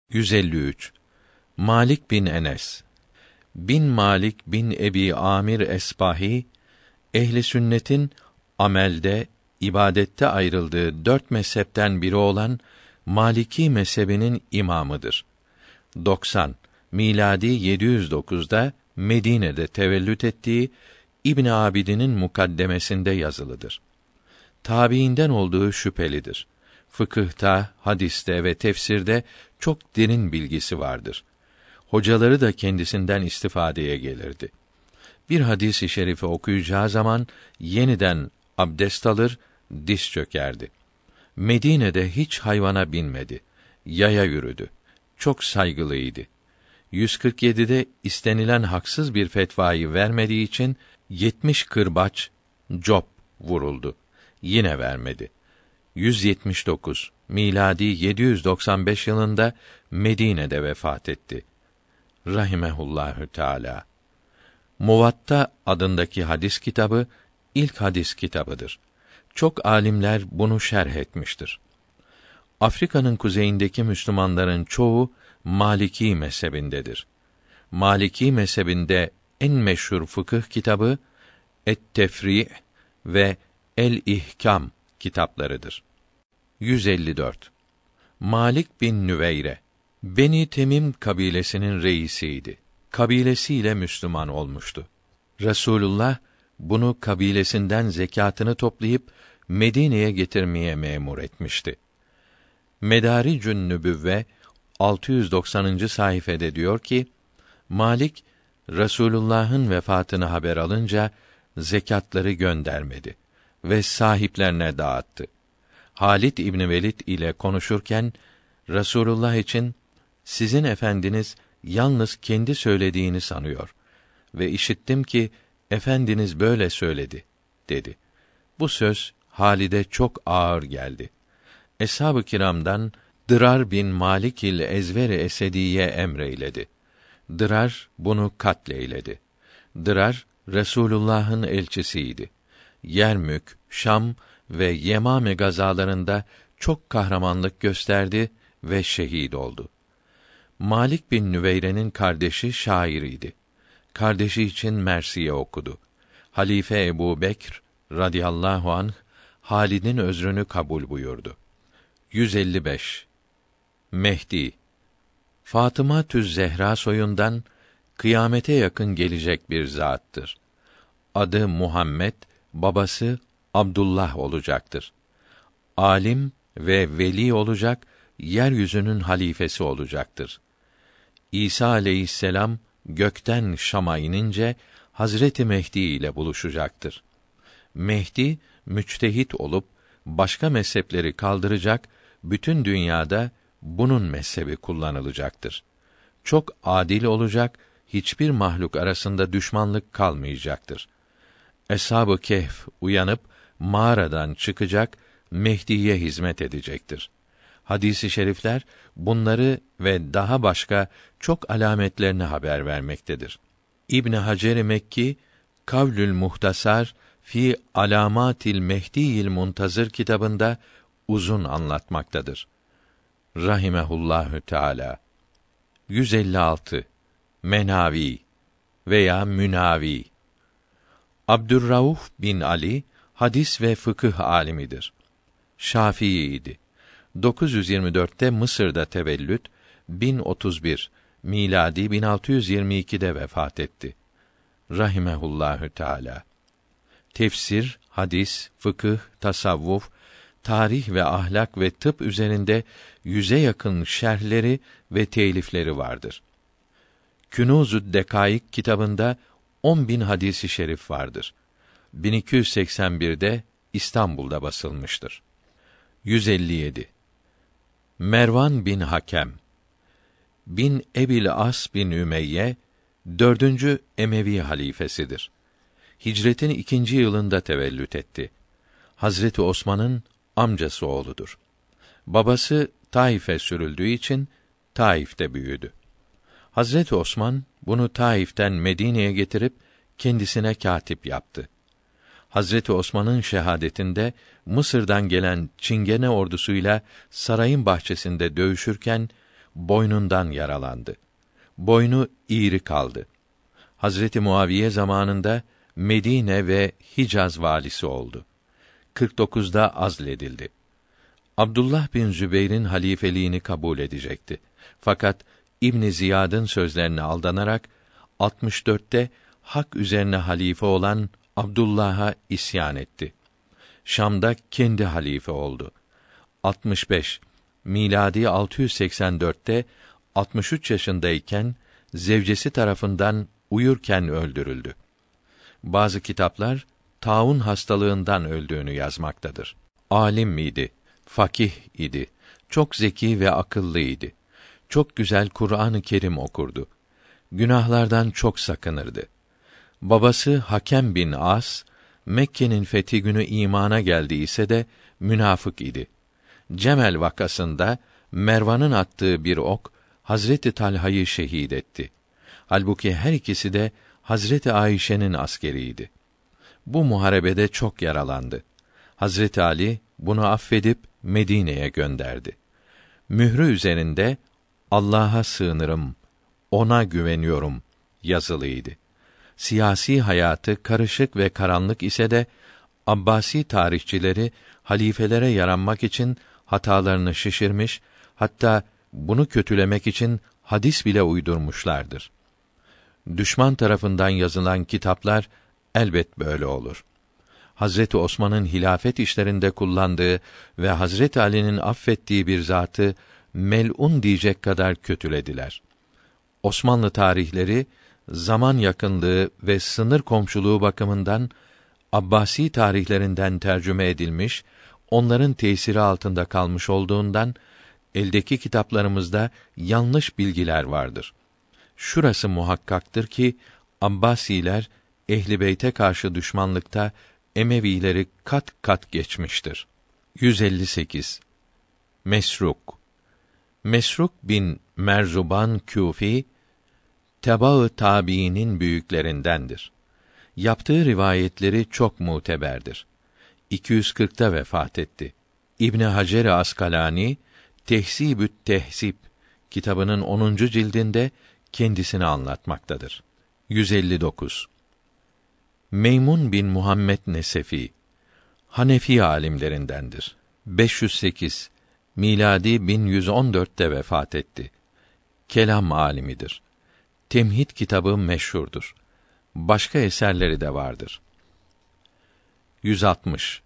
153. Malik bin Enes bin Malik bin Ebi Amir Esbahi, ehli sünnetin amelde, ibadette ayrıldığı 4 mezhepten biri olan Maliki mezhebinin imamıdır. 90 miladi 709'da Medine'de tevellüt ettiği İbn Abidin'in mukaddemesinde yazılıdır. Tabiinden olduğu şüphelidir. Fıkıhta, hadiste ve tefsirde çok derin bilgisi vardır. Hocaları da kendisinden istifadeye gelirdi. Bir hadis-i şerifi okuyacağı zaman yeniden abdest alır, diz çökerdi. Medine'de hiç hayvana binmedi. Yaya yürüdü. Çok saygılıydı. 147'de istenilen haksız bir fetvayı vermediği için 70 kırbaç, cop vuruldu. Yine vermedi. 179 miladi 795 yılında Medine'de vefat etti. Rahimehullahü Teala. Muvatta adındaki hadis kitabı ilk hadis kitabıdır. Çok alimler bunu şerh etmiştir. Afrika'nın kuzeyindeki Müslümanların çoğu Maliki mezhebindedir. Maliki mezhebinde en meşhur fıkıh kitabı Et-Tefri' ve El-İhkam kitaplarıdır. 154. Malik bin Nüveyre Beni Temim kabilesinin reisiydi. Kabilesiyle Müslüman olmuştu. Resulullah bunu kabilesinden zekatını toplayıp Medine'ye getirmeye memur etmişti. Medaricün Nübüvve 690. sayfede diyor ki, Malik Resulullah'ın vefatını haber alınca zekatları göndermedi ve sahiplerine dağıttı. Halid İbni Velid ile konuşurken Resulullah için sizin efendiniz yalnız kendi söylediğini sanıyor ve işittim ki efendiniz böyle söyledi dedi. Bu söz Halid'e çok ağır geldi. Eshab-ı kiramdan Dırar bin Malik il Ezver-i Esediye emreyledi. Dırar bunu katleyledi. Dırar Resulullah'ın elçisiydi. Yermük, Şam ve Yemame gazalarında çok kahramanlık gösterdi ve şehit oldu. Malik bin Nüveyre'nin kardeşi şairiydi. Kardeşi için mersiye okudu. Halife Ebu Bekr radıyallahu anh Halid'in özrünü kabul buyurdu. 155. Mehdi Fatıma Tüz Zehra soyundan kıyamete yakın gelecek bir zattır. Adı Muhammed, babası Abdullah olacaktır. Alim ve veli olacak, yeryüzünün halifesi olacaktır. İsa aleyhisselam gökten Şam'a inince Hazreti Mehdi ile buluşacaktır. Mehdi müçtehit olup başka mezhepleri kaldıracak, bütün dünyada bunun mezhebi kullanılacaktır. Çok adil olacak, hiçbir mahluk arasında düşmanlık kalmayacaktır. Eshab-ı Kehf uyanıp mağaradan çıkacak, Mehdi'ye hizmet edecektir. Hadis-i şerifler bunları ve daha başka çok alametlerini haber vermektedir. İbn Hacer-i Mekki Kavlül Muhtasar fi Alamatil Mehdi'il Muntazır kitabında uzun anlatmaktadır. Rahimehullahü Teala. 156. Menavi veya Münavi Abdurrauf bin Ali hadis ve fıkıh alimidir. Şafii'ydi. 924'te Mısır'da tevellüt, 1031 miladi 1622'de vefat etti. Rahimehullahü Teala. Tefsir, hadis, fıkıh, tasavvuf, tarih ve ahlak ve tıp üzerinde 100'e yakın şerhleri ve telifleri vardır. Künûz-ü Dekaik kitabında 10.000 hadisi şerif vardır. 1281'de İstanbul'da basılmıştır. 157. Mervan bin Hakem bin Ebil As bin Ümeyye 4. Emevi halifesidir. Hicretin 2. yılında tevellüt etti. Hazreti Osman'ın amcası oğludur. Babası Taif'e sürüldüğü için Taif'te büyüdü. Hazreti Osman bunu Taif'ten Medine'ye getirip kendisine katip yaptı. Hazreti Osman'ın şehadetinde Mısır'dan gelen Çingene ordusuyla sarayın bahçesinde dövüşürken boynundan yaralandı. Boynu iğri kaldı. Hazreti Muaviye zamanında Medine ve Hicaz valisi oldu. 49'da azledildi. Abdullah bin Zübeyr'in halifeliğini kabul edecekti. Fakat İbn Ziyad'ın sözlerine aldanarak 64'te hak üzerine halife olan Abdullah'a isyan etti. Şam'da kendi halife oldu. 65 miladi 684'te 63 yaşındayken zevcesi tarafından uyurken öldürüldü. Bazı kitaplar taun hastalığından öldüğünü yazmaktadır. Alim miydi? Fakih idi. Çok zeki ve akıllıydı. Çok güzel Kur'an-ı Kerim okurdu. Günahlardan çok sakınırdı. Babası Hakem bin As, Mekke'nin fethi günü imana geldiyse de münafık idi. Cemel vakasında Mervan'ın attığı bir ok Hazreti Talha'yı şehit etti. Halbuki her ikisi de Hazreti Ayşe'nin askeriydi. Bu muharebede çok yaralandı. Hazreti Ali bunu affedip Medine'ye gönderdi. Mührü üzerinde Allah'a sığınırım, ona güveniyorum yazılıydı. Siyasi hayatı karışık ve karanlık ise de Abbasi tarihçileri halifelere yaranmak için hatalarını şişirmiş, hatta bunu kötülemek için hadis bile uydurmuşlardır. Düşman tarafından yazılan kitaplar elbet böyle olur. Hazreti Osman'ın hilafet işlerinde kullandığı ve Hazreti Ali'nin affettiği bir zatı mel'un diyecek kadar kötülediler. Osmanlı tarihleri zaman yakınlığı ve sınır komşuluğu bakımından Abbasi tarihlerinden tercüme edilmiş, onların tesiri altında kalmış olduğundan eldeki kitaplarımızda yanlış bilgiler vardır. Şurası muhakkaktır ki Abbasiler Ehl-i Beyt'e karşı düşmanlıkta Emevileri kat kat geçmiştir. 158 Mesruk bin Merzuban Küfi tebâ-ı tâbiinin büyüklerindendir. Yaptığı rivayetleri çok muteberdir. 240'ta vefat etti. İbn Hacer-i Askalani Tehsibü't Tehsib kitabının 10. cildinde kendisini anlatmaktadır. 159 Meymun bin Muhammed Nesefi Hanefi alimlerindendir. 508 miladi 1114'te vefat etti. Kelam alimidir. Temhid kitabı meşhurdur. Başka eserleri de vardır. 160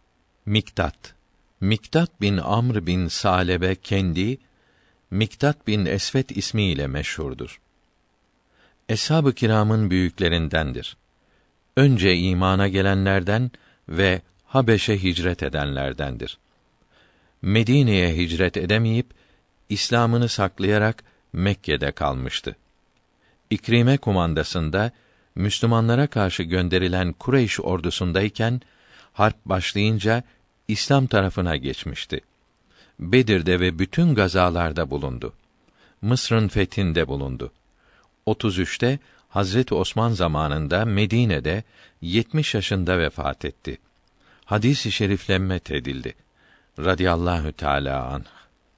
Miktat bin Amr bin Salebe kendi Miktat bin Esvet ismiyle meşhurdur. Eshab-ı kiramın büyüklerindendir. Önce imana gelenlerden ve Habeş'e hicret edenlerdendir. Medine'ye hicret edemeyip İslam'ını saklayarak Mekke'de kalmıştı. İkrime kumandasında Müslümanlara karşı gönderilen Kureyş ordusundayken harp başlayınca İslam tarafına geçmişti. Bedir'de ve bütün gazalarda bulundu. Mısır'ın fethinde bulundu. 33'te Hazreti Osman zamanında Medine'de 70 yaşında vefat etti. Hadis-i şerifle methedildi. Radiyallahu Teala anh.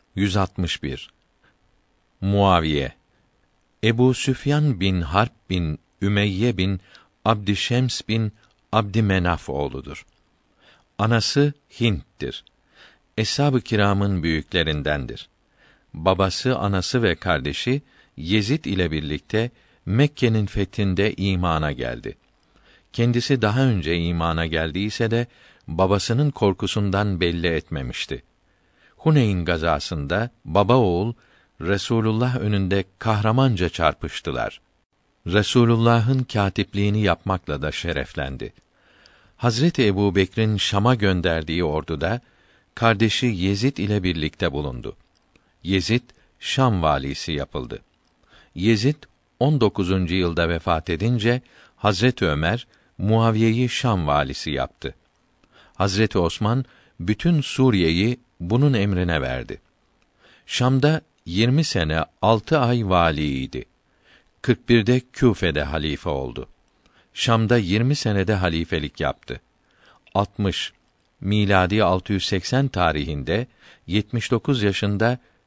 161 Muaviye Ebu Süfyan bin Harp bin Ümeyye bin Abdişems bin Abdümenaf oğludur. Anası Hint'tir. Eshab-ı kiramın büyüklerindendir. Babası, anası ve kardeşi Yezid ile birlikte Mekke'nin fethinde imana geldi. Kendisi daha önce imana geldiyse de babasının korkusundan belli etmemişti. Huneyn gazasında baba oğul Resulullah önünde kahramanca çarpıştılar. Resulullah'ın kâtipliğini yapmakla da şereflendi. Hazreti Ebubekir'in Şam'a gönderdiği orduda kardeşi Yezid ile birlikte bulundu. Yezid Şam valisi yapıldı. Yezid 19. yılda vefat edince Hazreti Ömer Muaviye'yi Şam valisi yaptı. Hazreti Osman bütün Suriye'yi bunun emrine verdi. Şam'da 20 sene 6 ay valiydi. 41'de Küfe'de halife oldu. Şam'da 20 senede halifelik yaptı. 60 miladi 680 tarihinde 79 yaşında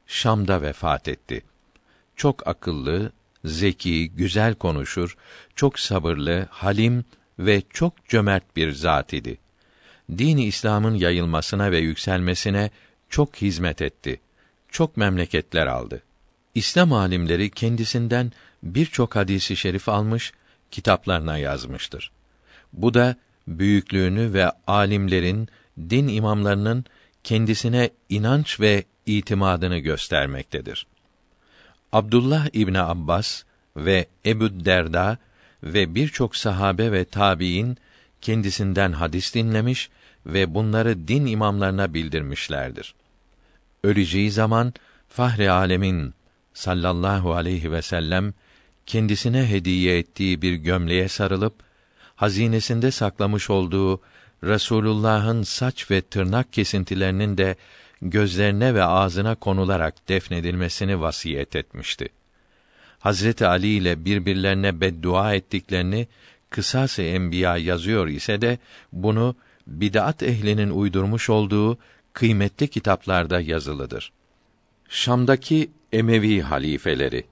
Şam'da vefat etti. Çok akıllı, zeki, güzel konuşur, çok sabırlı, halim ve çok cömert bir zat idi. Din-i İslam'ın yayılmasına ve yükselmesine çok hizmet etti. Çok memleketler aldı. İslam alimleri kendisinden birçok hadisi şerif almış, kitaplarına yazmıştır. Bu da büyüklüğünü ve alimlerin, din imamlarının kendisine inanç ve itimadını göstermektedir. Abdullah İbni Abbas ve Ebu Derda ve birçok sahabe ve tabiin kendisinden hadis dinlemiş ve bunları din imamlarına bildirmişlerdir. Öleceği zaman Fahri Âlemin sallallahu aleyhi ve sellem kendisine hediye ettiği bir gömleğe sarılıp hazinesinde saklamış olduğu Resulullah'ın saç ve tırnak kesintilerinin de gözlerine ve ağzına konularak defnedilmesini vasiyet etmişti. Hazreti Ali ile birbirlerine beddua ettiklerini Kısas-ı Enbiya yazıyor ise de bunu bid'at ehlinin uydurmuş olduğu kıymetli kitaplarda yazılıdır. Şam'daki Emevi halifeleri.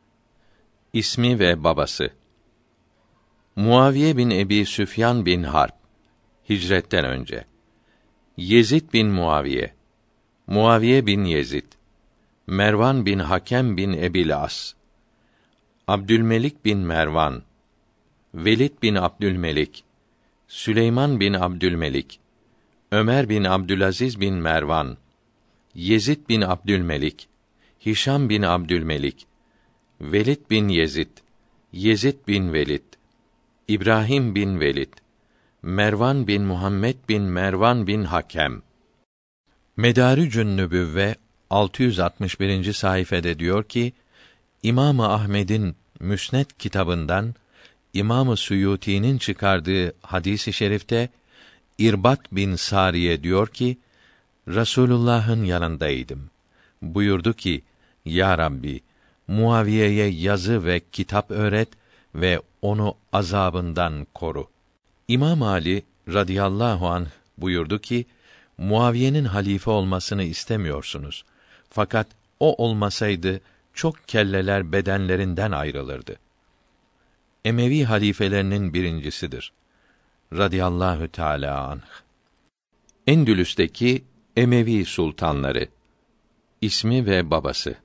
İsmi ve babası: Muaviye bin Ebi Süfyan bin Harp, hicretten önce. Yezid bin Muaviye, Muaviye bin Yezid, Mervan bin Hakem bin Ebil As, Abdülmelik bin Mervan, Velid bin Abdülmelik, Süleyman bin Abdülmelik, Ömer bin Abdülaziz bin Mervan, Yezid bin Abdülmelik, Hişam bin Abdülmelik, Velid bin Yezid, Yezid bin Velid, İbrahim bin Velid, Mervan bin Muhammed bin Mervan bin Hakem. Medaricün Nübüvve 661. sayfede diyor ki, İmam-ı Ahmed'in Müsned kitabından İmam-ı Suyuti'nin çıkardığı hadis-i şerifte İrbat bin Sariye diyor ki, Resulullah'ın yanındaydım. Buyurdu ki, Ya Rabbi, Muaviye'ye yazı ve kitap öğret ve onu azabından koru. İmam Ali radıyallahu anh buyurdu ki, Muaviye'nin halife olmasını istemiyorsunuz. Fakat o olmasaydı çok kelleler bedenlerinden ayrılırdı. Emevi halifelerinin birincisidir. Radıyallahu teâlâ anh. Endülüs'teki Emevi sultanları. İsmi ve babası: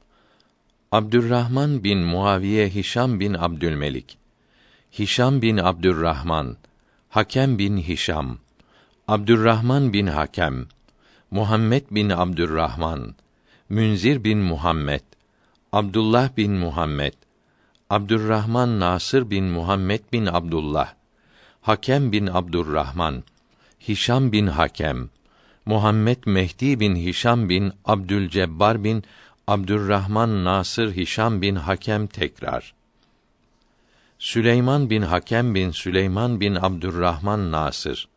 Abdurrahman bin Muaviye Hişam bin Abdülmelik, Hişam bin Abdurrahman, Hakem bin Hişam, Abdurrahman bin Hakem, Muhammed bin Abdurrahman, Münzir bin Muhammed, Abdullah bin Muhammed, Abdurrahman Nasır bin Muhammed bin Abdullah, Hakem bin Abdurrahman, Hişam bin Hakem, Muhammed Mehdi bin Hişam bin Abdülcebbar bin Abdurrahman Nasır Hişam bin Hakem tekrar. Süleyman bin Hakem bin Süleyman bin Abdurrahman Nasır.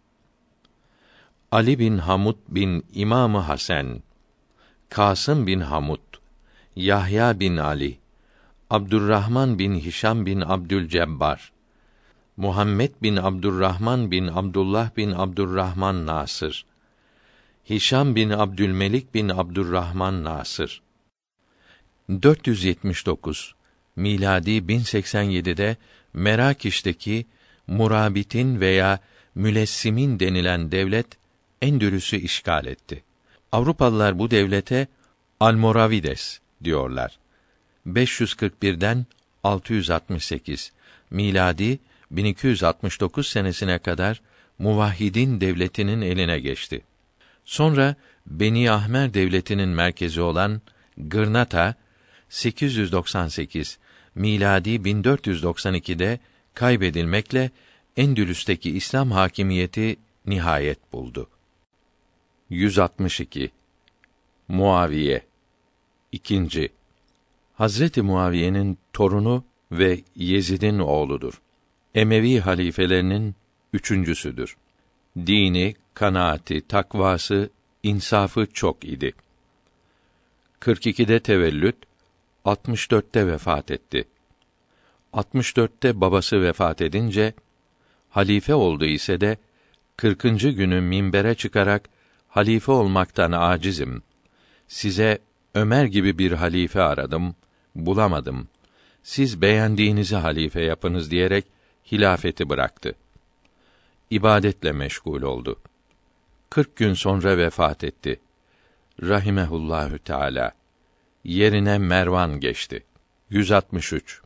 Ali bin Hamud bin İmam-ı Hasan, Kasım bin Hamud, Yahya bin Ali, Abdurrahman bin Hişam bin Abdülcebbar, Muhammed bin Abdurrahman bin Abdullah bin Abdurrahman Nasır, Hişam bin Abdülmelik bin Abdurrahman Nasır. 479 miladi 1087'de Merakiş'teki Murabitin veya Mülessimin denilen devlet Endülüs'ü işgal etti. Avrupalılar bu devlete Almoravides diyorlar. 541'den 668 miladi 1269 senesine kadar Muvahhidin devletinin eline geçti. Sonra Beni Ahmer devletinin merkezi olan Gırnata 898 miladi 1492'de kaybedilmekle Endülüs'teki İslam hakimiyeti nihayet buldu. 162 Muaviye İkinci, Hazreti Muaviye'nin torunu ve Yezid'in oğludur. Emevi halifelerinin üçüncüsüdür. Dini, kanaati, takvası, insafı çok idi. 42'de tevellüt, 64'te vefat etti. 64'te babası vefat edince, halife oldu ise de 40. günü minbere çıkarak halife olmaktan acizim. Size Ömer gibi bir halife aradım, bulamadım. Siz beğendiğinizi halife yapınız diyerek hilafeti bıraktı. İbadetle meşgul oldu. 40 gün sonra vefat etti. Rahimehullahü Teala. Yerine Mervan geçti. 163.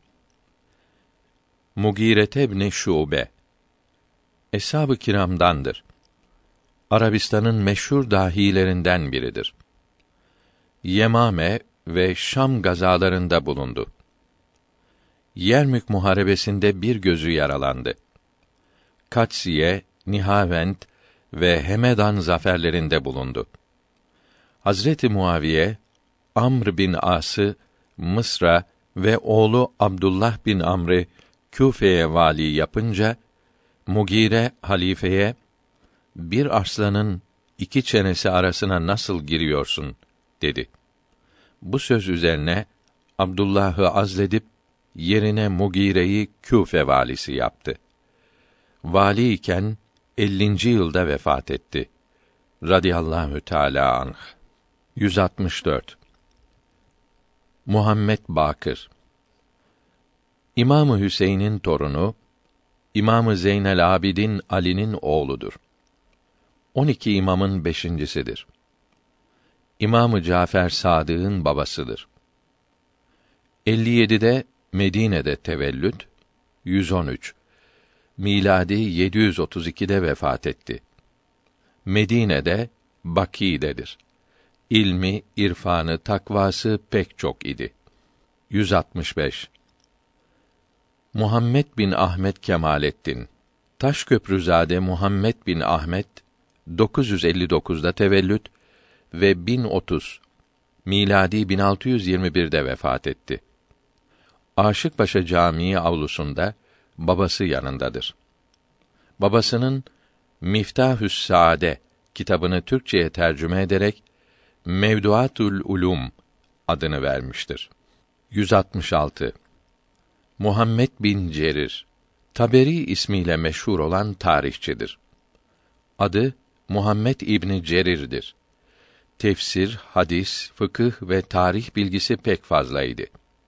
Mugire ibn Şube Eshab-ı kiramdandır. Arabistan'ın meşhur dahilerinden biridir. Yemame ve Şam gazalarında bulundu. Yermük muharebesinde bir gözü yaralandı. Katsiye, Nihavend ve Hemedan zaferlerinde bulundu. Hazreti Muaviye, Amr bin As'ı Mısır'a ve oğlu Abdullah bin Amr'ı Küfe'ye vali yapınca, Mugire halifeye, bir arslanın iki çenesi arasına nasıl giriyorsun, dedi. Bu söz üzerine, Abdullah'ı azledip, yerine Mugire'yi Küfe valisi yaptı. Vali iken 50. yılda vefat etti. Radiyallahu Teâlâ anh. 164. Muhammed Bakır İmam-ı Hüseyin'in torunu, İmam-ı Zeynel Abidin Ali'nin oğludur. 12 imamın beşincisidir. İmam-ı Cafer Sadık'ın babasıdır. 57'de Medine'de tevellüt, 113. Miladi 732'de vefat etti. Medine'de, Bakî'dedir. İlmi, irfanı, takvası pek çok idi. 165. Muhammed bin Ahmet Kemalettin Taşköprüzade Muhammed bin Ahmet 959'da tevellüt ve 1030 miladi 1621'de vefat etti. Aşıkpaşa Camii avlusunda babası yanındadır. Babasının Miftahü's Saade kitabını Türkçeye tercüme ederek Mevduatul Ulum adını vermiştir. 166. Muhammed bin Cerir Taberi ismiyle meşhur olan tarihçidir. Adı Muhammed İbni Cerir'dir. Tefsir, hadis, fıkıh ve tarih bilgisi pek fazlaydı.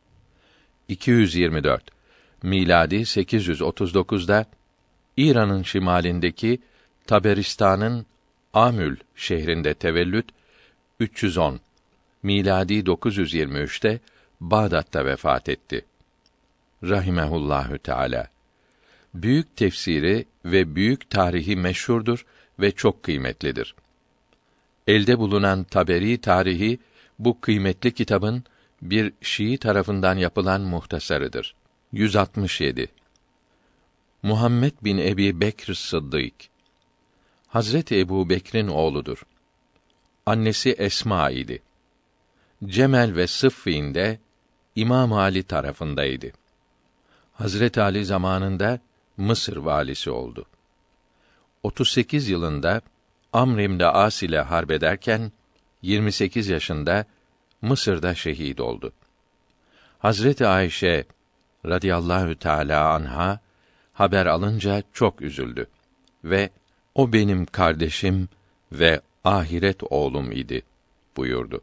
224. Miladi 839'da İran'ın şimalindeki Taberistan'ın Amül şehrinde tevellüt, 310. Miladi 923'te Bağdat'ta vefat etti. Rahimehullahü Teala. Büyük tefsiri ve büyük tarihi meşhurdur ve çok kıymetlidir. Elde bulunan Taberi tarihi bu kıymetli kitabın bir Şii tarafından yapılan muhtasarıdır. 167. Muhammed bin Ebi Bekr Sıddık Hazreti Ebu Bekr'in oğludur. Annesi Esma idi. Cemel ve Sıffin'de İmam Ali tarafındaydı. Hazret Ali zamanında Mısır valisi oldu. 38 yılında Amr ibn As ile harbederken 28 yaşında Mısır'da şehit oldu. Hazreti Ayşe radıyallahu teâlâ anha haber alınca çok üzüldü ve o benim kardeşim ve ahiret oğlum idi buyurdu.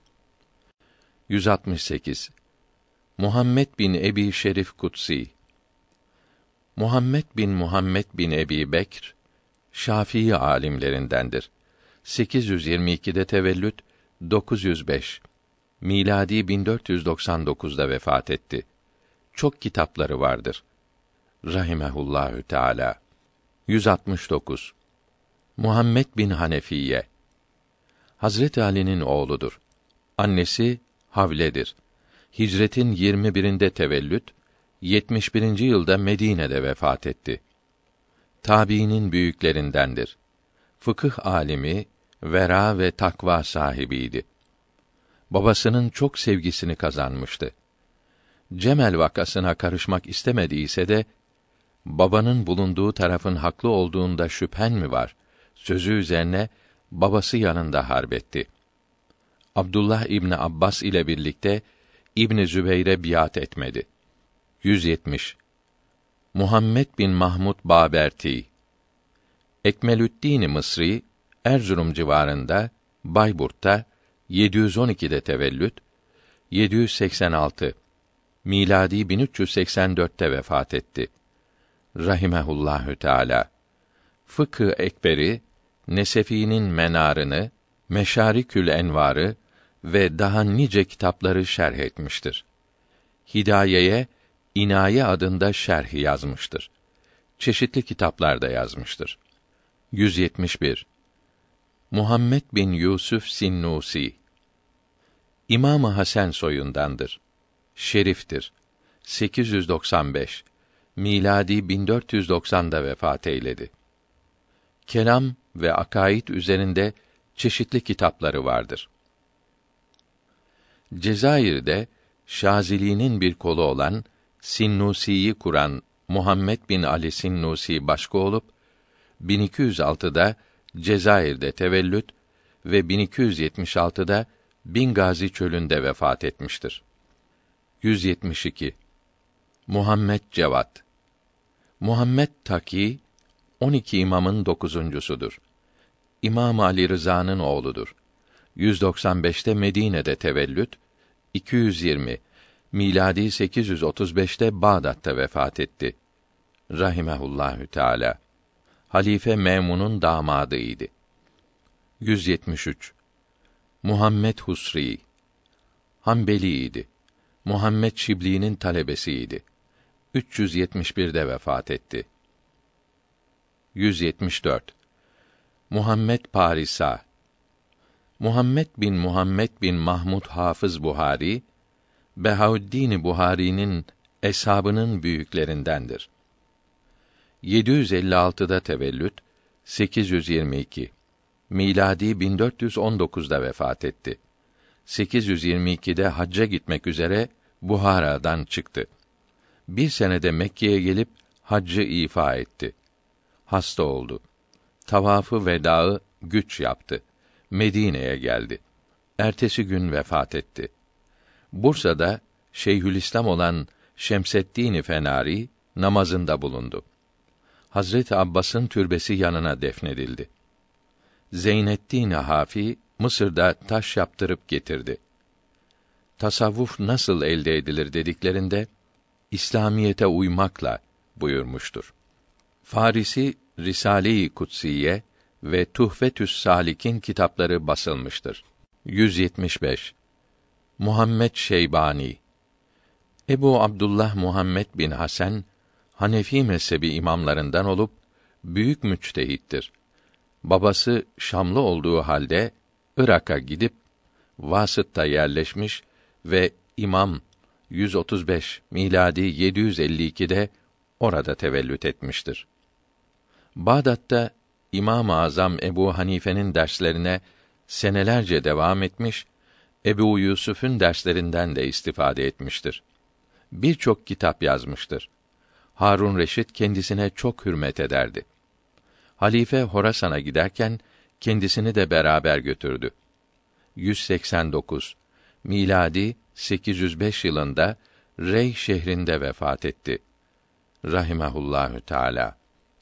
168. Muhammed bin Ebi Şerif Kutsi Muhammed bin Ebi Bekr Şafii alimlerindendir. 822'de tevellüt, 905 miladi 1499'da vefat etti. Çok kitapları vardır. Rahimehullahü Teala. 169. Muhammed bin Hanefiye Hazreti Ali'nin oğludur. Annesi Havle'dir. Hicretin 21'inde tevellüt, 71. yılda Medine'de vefat etti. Tabiinin büyüklerindendir. Fıkıh alimi, vera ve takva sahibiydi. Babasının çok sevgisini kazanmıştı. Cemel vakasına karışmak istemediyse de, babanın bulunduğu tarafın haklı olduğunda şüphen mi var sözü üzerine babası yanında harbetti. Abdullah İbni Abbas ile birlikte İbn Zübeyr'e biat etmedi. 170. Muhammed bin Mahmud Baberti Ekmelüddin Mısri Erzurum civarında Bayburt'ta 712'de tevellüt, 786 miladi 1384'te vefat etti. Rahimehullahü Teala. Fıkh-ı Ekberi, Nesefi'nin Menarını, Meşarikül Envarı ve daha nice kitapları şerh etmiştir. Hidayeye İnaye adında şerh yazmıştır. Çeşitli kitaplarda yazmıştır. 171 Muhammed bin Yusuf Sinnusi İmam-ı Hasan soyundandır. Şeriftir. 895 miladi 1490'da vefat eyledi. Kelam ve akaid üzerinde çeşitli kitapları vardır. Cezayir'de Şazili'nin bir kolu olan Sinnusi'yi kuran Muhammed bin Ali Sinnusi başka olup 1206'da Cezayir'de tevellüt ve 1276'da Bingazi çölünde vefat etmiştir. 172 Muhammed Cevat Muhammed Taki 12 imamın 9'uncusudur. İmam Ali Rıza'nın oğludur. 195'te Medine'de tevellüt, 220 miladi 835'te Bağdat'ta vefat etti. Rahimehullahü Teala. Halife Memun'un damadıydı. 173 Muhammed Husri Hanbeliydi. Muhammed Şibli'nin talebesiydi. 371'de vefat etti. 174 Muhammed Parisa Muhammed bin Mahmud Hafız Buhari, Behaüddin Buhari'nin eshabının büyüklerindendir. 756'da tevellüt, 822 miladi 1419'da vefat etti. 822'de hacca gitmek üzere Buhara'dan çıktı. Bir senede Mekke'ye gelip haccı ifa etti. Hasta oldu. Tavafı vedaı güç yaptı. Medine'ye geldi. Ertesi gün vefat etti. Bursa'da Şeyhülislam olan Şemseddin Fenari namazında bulundu. Hazreti Abbas'ın türbesi yanına defnedildi. Zeynettin Hafi Mısır'da taş yaptırıp getirdi. Tasavvuf nasıl elde edilir dediklerinde İslamiyete uymakla buyurmuştur. Farisi Risale-i Kutsiye ve Tuhfetü's Salikîn kitapları basılmıştır. 175 Muhammed Şeybani Ebu Abdullah Muhammed bin Hasan Hanefi mezhebi imamlarından olup büyük müçtehittir. Babası Şamlı olduğu halde Irak'a gidip Vasıt'ta yerleşmiş ve imam 135 miladi 752'de orada tevellüt etmiştir. Bağdat'ta İmam-ı Azam Ebu Hanife'nin derslerine senelerce devam etmiş, Ebu Yusuf'un derslerinden de istifade etmiştir. Birçok kitap yazmıştır. Harun Reşit kendisine çok hürmet ederdi. Halife Horasan'a giderken kendisini de beraber götürdü. 189 miladi 805 yılında Rey şehrinde vefat etti. Rahimehullahü Teala.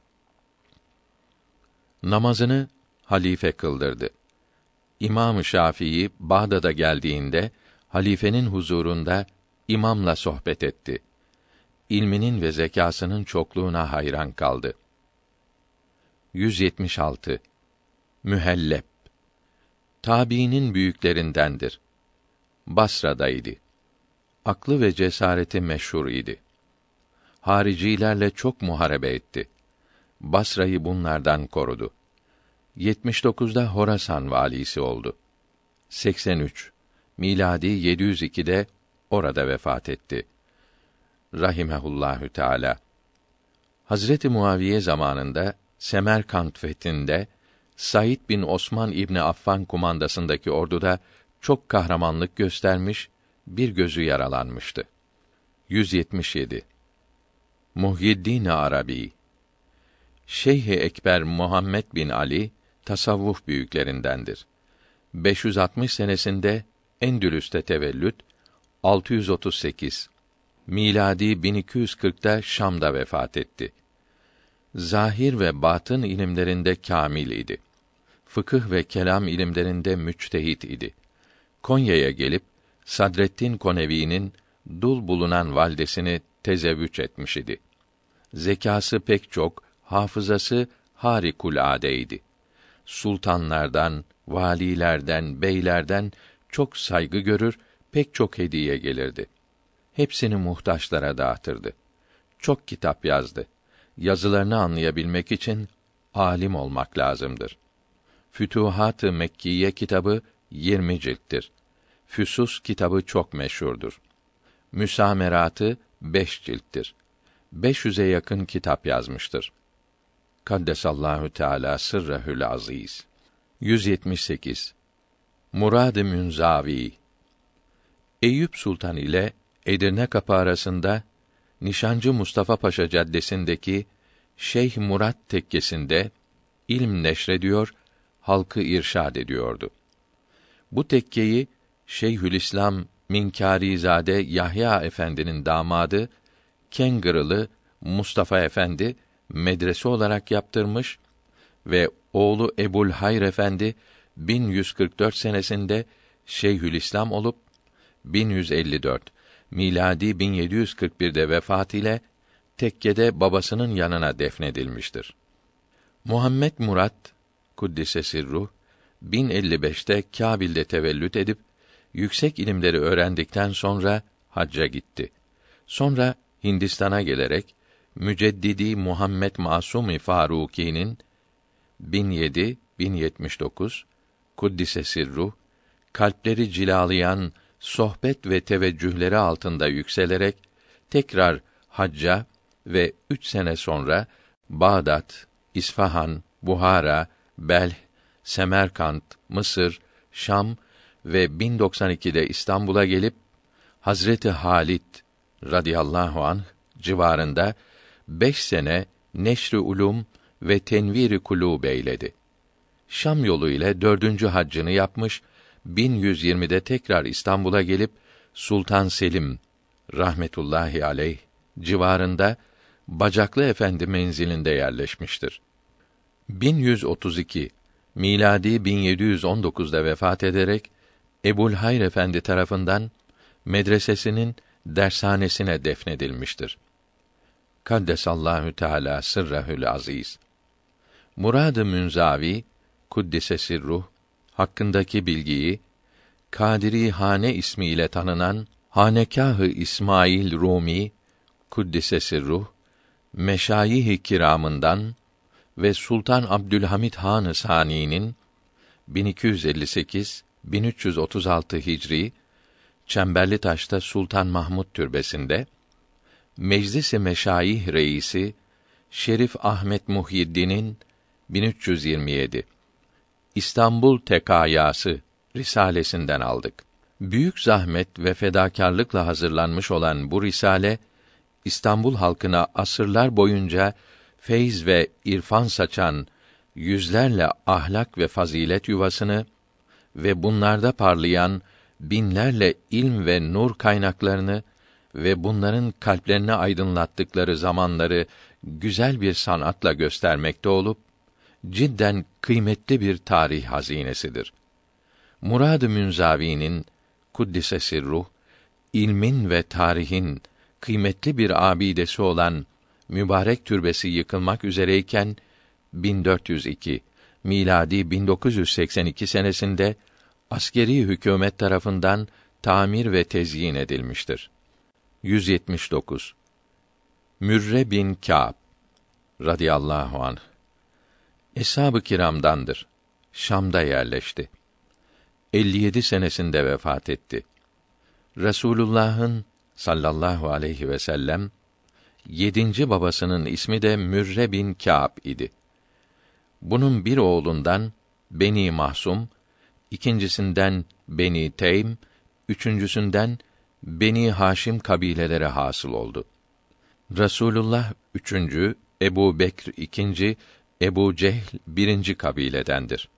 Namazını halife kıldırdı. İmam-ı Şafii Bağdat'a geldiğinde halifenin huzurunda imamla sohbet etti. İlminin ve zekasının çokluğuna hayran kaldı. 176 Mühelleb Tabiinin büyüklerindendir. Basra'daydı. Aklı ve cesareti meşhur idi. Haricilerle çok muharebe etti. Basra'yı bunlardan korudu. 79'da Horasan valisi oldu. 83 miladi 702'de orada vefat etti. Rahimehullahü Teala. Hazreti Muaviye zamanında Semerkant fethinde Said bin Osman İbni Affan kumandasındaki orduda çok kahramanlık göstermiş, bir gözü yaralanmıştı. 177 Muhyiddin Arabi Şeyh-i Ekber Muhammed bin Ali tasavvuf büyüklerindendir. 560 senesinde Endülüs'te tevellüt, 638 miladi 1240'da Şam'da vefat etti. Zahir ve batın ilimlerinde kâmil idi. Fıkıh ve kelam ilimlerinde müçtehit idi. Konya'ya gelip Sadreddin Konevi'nin dul bulunan validesini tezevvüç etmiş idi. Zekâsı pek çok, hafızası harikulâdeydi. Sultanlardan, valilerden, beylerden çok saygı görür, pek çok hediye gelirdi. Hepsini muhtaçlara dağıtırdı. Çok kitap yazdı. Yazılarını anlayabilmek için alim olmak lazımdır. Fütuhat-ı Mekkiye kitabı 20 cilttir. Füsus kitabı çok meşhurdur. Müsameratı 5 cilttir. 500'e yakın kitap yazmıştır. Kaddesallahu Teala sırrehül aziz. 178. Murad-ı Münzavi. Eyüp Sultan ile Edirne Kapı arasında Nişancı Mustafa Paşa Caddesi'ndeki Şeyh Murat tekkesinde ilm neşrediyor, halkı irşad ediyordu. Bu tekkeyi Şeyhülislam Minkarizade Yahya Efendi'nin damadı Kengırılı Mustafa Efendi medrese olarak yaptırmış ve oğlu Ebu'l-Hayr Efendi 1144 senesinde Şeyhülislam olup 1154 miladi 1741'de vefat ile tekkede babasının yanına defnedilmiştir. Muhammed Murat kuddise sirruh 1055'te Kâbil'de tevellüt edip yüksek ilimleri öğrendikten sonra hacca gitti. Sonra Hindistan'a gelerek Müceddidi Muhammed Masumi Faruki'nin 1079 kuddise sirruh kalpleri cilalayan sohbet ve teveccühleri altında yükselerek tekrar hacca ve 3 sene sonra Bağdat, İsfahan, Buhara, Belh, Semerkant, Mısır, Şam ve 1092'de İstanbul'a gelip Hazreti Halit radıyallahu anh civarında 5 sene neşr-i ulûm ve tenvir-i kulûb eyledi. Şam yolu ile 4. haccını yapmış, 1120'de tekrar İstanbul'a gelip Sultan Selim rahmetullahi aleyh civarında Bacaklı Efendi menzilinde yerleşmiştir. 1132 miladi 1719'da vefat ederek Ebu'l-Hayr Efendi tarafından medresesinin dershanesine defnedilmiştir. Kaddesallahu Teala sırrehül aziz. Murad-ı Münzavi kuddise sirruh hakkındaki bilgiyi Kadiri Hane ismiyle tanınan Hanekâh-ı İsmail Rumi kuddise sirruh meşayih-i kiramından ve Sultan Abdülhamid Han-ı Sani'nin 1258-1336 Hicri Çemberlitaş'ta Sultan Mahmud Türbesi'nde Meclis-i Meşayih Reisi Şerif Ahmet Muhyiddin'in 1327 İstanbul Tekayası risalesinden aldık. Büyük zahmet ve fedakârlıkla hazırlanmış olan bu risale İstanbul halkına asırlar boyunca feyz ve irfan saçan yüzlerle ahlak ve fazilet yuvasını ve bunlarda parlayan binlerle ilm ve nur kaynaklarını ve bunların kalplerini aydınlattıkları zamanları güzel bir sanatla göstermekte olup cidden kıymetli bir tarih hazinesidir. Murad-ı Münzavi'nin kuddise sirruh ilmin ve tarihin kıymetli bir abidesi olan mübarek türbesi yıkılmak üzereyken 1402 miladi 1982 senesinde askeri hükümet tarafından tamir ve tezyin edilmiştir. 179 Mürre bin Kâb radıyallahu anh Eshab-ı kiramdandır. Şam'da yerleşti. 57 senesinde vefat etti. Resulullah'ın sallallahu aleyhi ve sellem 7. babasının ismi de Mürre bin Kâb idi. Bunun bir oğlundan Beni Mahsum, ikincisinden Beni Teym, üçüncüsünden Beni Haşim kabileleri hasıl oldu. Resulullah 3. Ebu Bekr 2. Ebu Cehl 1. kabiledendir.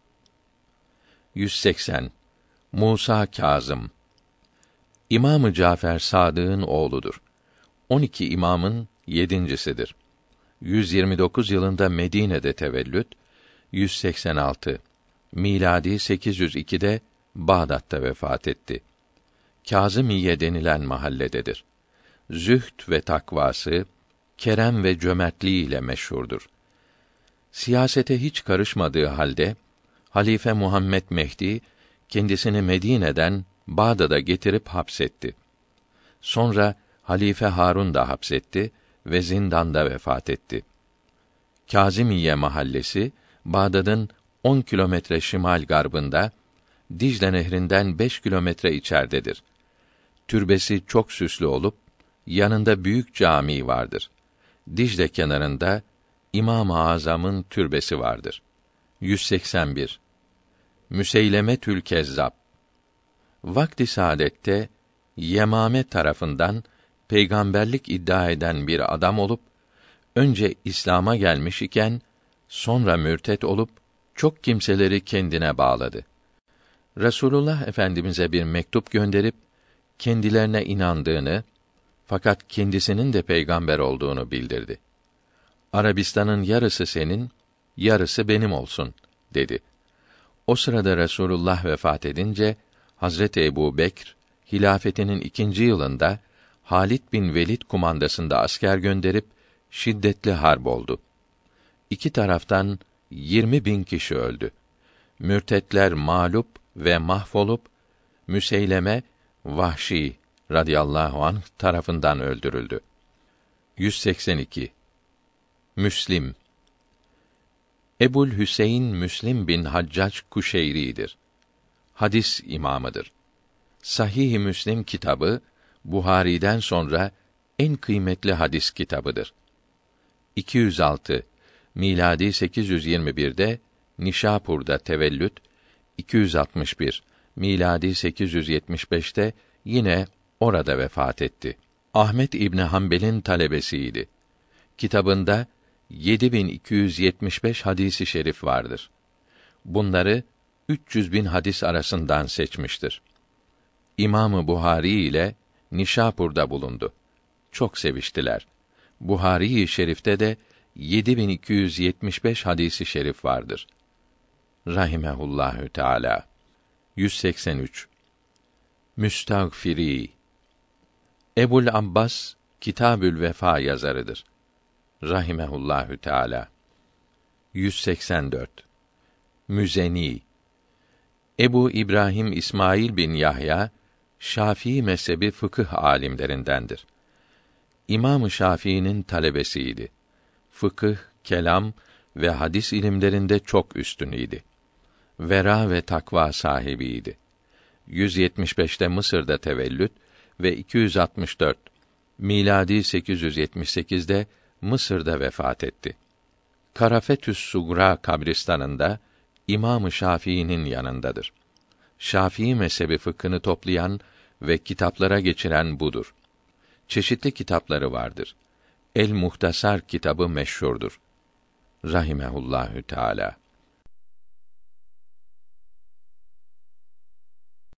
180 Musa Kazım İmam-ı Cafer Sadık'ın oğludur. 12 imamın 7.'sidir. 129 yılında Medine'de tevellüt, 186 miladi 802'de Bağdat'ta vefat etti. Kâzımiye denilen mahallededir. Zühd ve takvası, kerem ve cömertliği ile meşhurdur. Siyasete hiç karışmadığı halde Halife Muhammed Mehdi kendisini Medine'den Bağdat'a getirip hapsetti. Sonra Halife Harun da hapsetti ve zindanda vefat etti. Kâzımiye mahallesi Bağdat'ın 10 kilometre şimal garbında, Dicle Nehri'nden 5 kilometre içerdedir. Türbesi çok süslü olup yanında büyük cami vardır. Dicle kenarında İmam-ı Azam'ın türbesi vardır. 181. Müseylemetül Kezzab. Vakti saadette Yemame tarafından peygamberlik iddia eden bir adam olup önce İslam'a gelmiş iken sonra mürtet olup çok kimseleri kendine bağladı. Resulullah Efendimize bir mektup gönderip kendilerine inandığını fakat kendisinin de peygamber olduğunu bildirdi. Arabistan'ın yarısı senin, yarısı benim olsun dedi. O sırada Resulullah vefat edince Hazreti Ebubekr hilafetinin 2. yılında Halid bin Velid kumandasında asker gönderip şiddetli harp oldu. İki taraftan 20.000 kişi öldü. Mürtetler mağlup ve mahvolup Müseyleme Vahşi radıyallahu anh tarafından öldürüldü. 182. Müslim. Ebul Hüseyin Müslim bin Haccac Kuşeyri'dir. Hadis imamıdır. Sahih-i Müslim kitabı Buhari'den sonra en kıymetli hadis kitabıdır. 206 miladi 821'de Nişapur'da tevellüt, 261 miladi 875'te yine orada vefat etti. Ahmet İbni Hanbel'in talebesiydi. Kitabında 7275 hadisi şerif vardır. Bunları 300.000 hadis arasından seçmiştir. İmam-ı Buhari ile Nişapur'da bulundu. Çok seviştiler. Buhari-i Şerif'te de 7275 hadisi şerif vardır. Rahimehullahü Teala. 183. Müstagfiri. Ebul Abbas Kitabül Vefa yazarıdır. Rahimehullahü Teala. 184. Müzeni. Ebu İbrahim İsmail bin Yahya Şafii mezhebi fıkıh alimlerindendir. İmam-ı Şafii'nin talebesiydi. Fıkıh, kelam ve hadis ilimlerinde çok üstünüydü. Vera ve takva sahibiydi. 175'te Mısır'da tevellüt ve 264 miladi 878'de Mısır'da vefat etti. Karafetüs Sugra kabristanında İmam-ı Şafii'nin yanındadır. Şafii mezhebi fıkhını toplayan ve kitaplara geçiren budur. Çeşitli kitapları vardır. El Muhtasar kitabı meşhurdur. Rahimehullahü Teala.